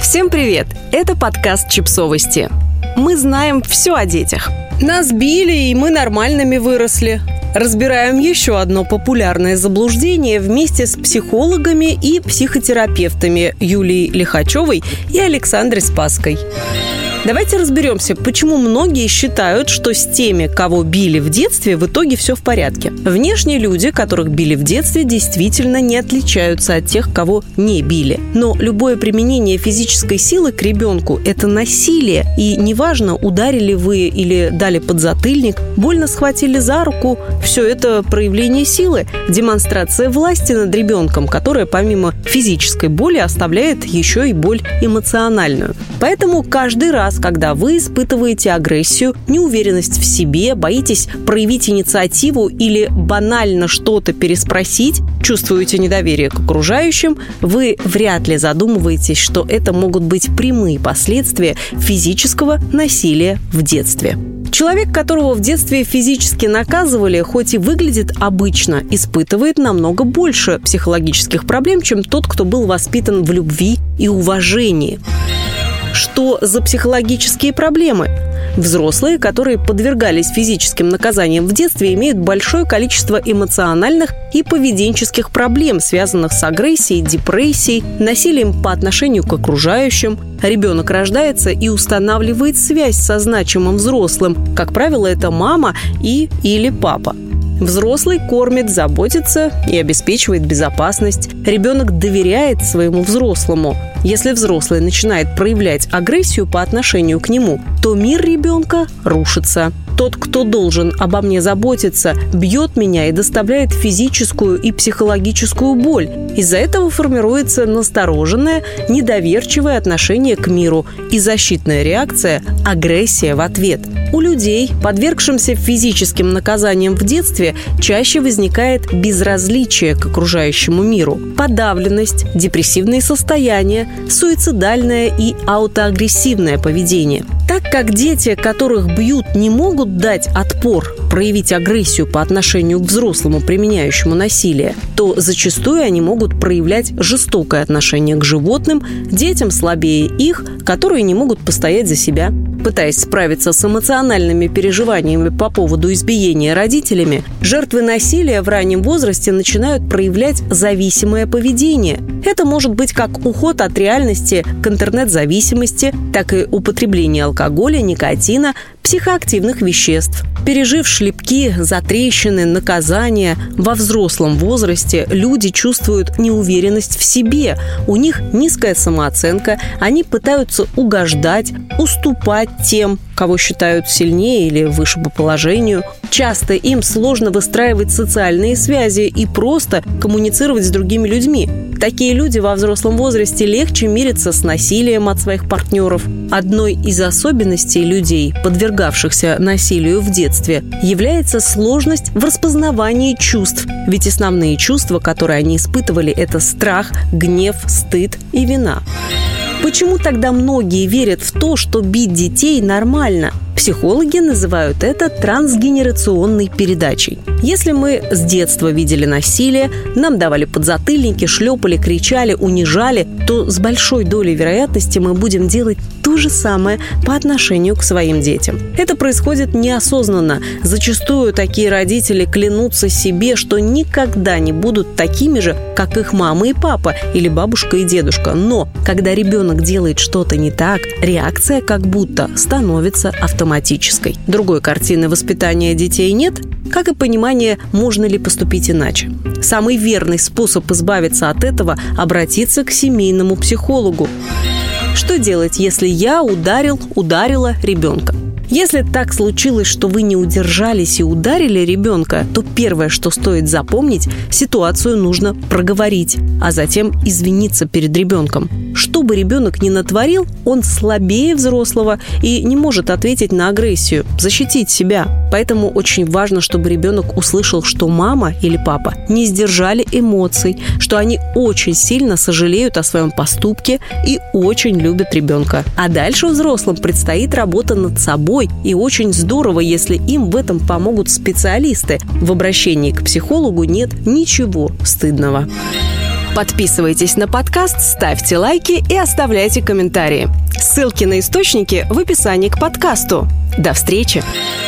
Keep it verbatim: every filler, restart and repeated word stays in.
Всем привет! Это подкаст «Чипсовости». Мы знаем все о детях. Нас били, и мы нормальными выросли. Разбираем еще одно популярное заблуждение вместе с психологами и психотерапевтами Юлией Лихачевой и Александрой Спасской. Давайте разберемся, почему многие считают, что с теми, кого били в детстве, в итоге все в порядке. Внешние люди, которых били в детстве, действительно не отличаются от тех, кого не били. Но любое применение физической силы к ребенку – это насилие. И неважно, ударили вы или дали подзатыльник, больно схватили за руку – все это проявление силы, демонстрация власти над ребенком, которая помимо физической боли оставляет еще и боль эмоциональную. Поэтому каждый раз, когда вы испытываете агрессию, неуверенность в себе, боитесь проявить инициативу или банально что-то переспросить, чувствуете недоверие к окружающим, вы вряд ли задумываетесь, что это могут быть прямые последствия физического насилия в детстве. Человек, которого в детстве физически наказывали, хоть и выглядит обычно, испытывает намного больше психологических проблем, чем тот, кто был воспитан в любви и уважении. Что за психологические проблемы? Взрослые, которые подвергались физическим наказаниям в детстве, имеют большое количество эмоциональных и поведенческих проблем, связанных с агрессией, депрессией, насилием по отношению к окружающим. Ребенок рождается и устанавливает связь со значимым взрослым. Как правило, это мама и или папа. Взрослый кормит, заботится и обеспечивает безопасность. Ребенок доверяет своему взрослому. Если взрослый начинает проявлять агрессию по отношению к нему, то мир ребенка рушится. Тот, кто должен обо мне заботиться, бьет меня и доставляет физическую и психологическую боль. Из-за этого формируется настороженное, недоверчивое отношение к миру и защитная реакция – агрессия в ответ. У людей, подвергшимся физическим наказаниям в детстве, чаще возникает безразличие к окружающему миру, подавленность, депрессивные состояния, суицидальное и аутоагрессивное поведение. Так как дети, которых бьют, не могут дать отпор, проявить агрессию по отношению к взрослому, применяющему насилие, то зачастую они могут проявлять жестокое отношение к животным, детям слабее их, которые не могут постоять за себя. Пытаясь справиться с эмоциональными переживаниями по поводу избиения родителями, жертвы насилия в раннем возрасте начинают проявлять зависимое поведение. Это может быть как уход от реальности к интернет-зависимости, так и употребление алкоголя, никотина, психоактивных веществ. Пережив шлепки, затрещины, наказания, во взрослом возрасте люди чувствуют неуверенность в себе. У них низкая самооценка, они пытаются угождать, уступать тем, кого считают сильнее или выше по положению. Часто им сложно выстраивать социальные связи и просто коммуницировать с другими людьми. Такие люди во взрослом возрасте легче мирятся с насилием от своих партнеров. Одной из особенностей людей, подвергавшихся насилию в детстве, является сложность в распознавании чувств. Ведь основные чувства, которые они испытывали, это страх, гнев, стыд и вина. Почему тогда многие верят в то, что бить детей нормально? Психологи называют это трансгенерационной передачей. Если мы с детства видели насилие, нам давали подзатыльники, шлепали, кричали, унижали, то с большой долей вероятности мы будем делать то же самое по отношению к своим детям. Это происходит неосознанно. Зачастую такие родители клянутся себе, что никогда не будут такими же, как их мама и папа или бабушка и дедушка. Но когда ребенок делает что-то не так, реакция как будто становится автоматической. Другой картины воспитания детей нет, как и понимание, можно ли поступить иначе. Самый верный способ избавиться от этого – обратиться к семейному психологу. Что делать, если я ударил, ударила ребенка? Если так случилось, что вы не удержались и ударили ребенка, то первое, что стоит запомнить, ситуацию нужно проговорить, а затем извиниться перед ребенком. Что бы ребенок ни натворил, он слабее взрослого и не может ответить на агрессию, защитить себя. Поэтому очень важно, чтобы ребенок услышал, что мама или папа не сдержали эмоций, что они очень сильно сожалеют о своем поступке и очень любят ребенка. А дальше взрослым предстоит работа над собой, и очень здорово, если им в этом помогут специалисты. В обращении к психологу нет ничего стыдного. Подписывайтесь на подкаст, ставьте лайки и оставляйте комментарии. Ссылки на источники в описании к подкасту. До встречи!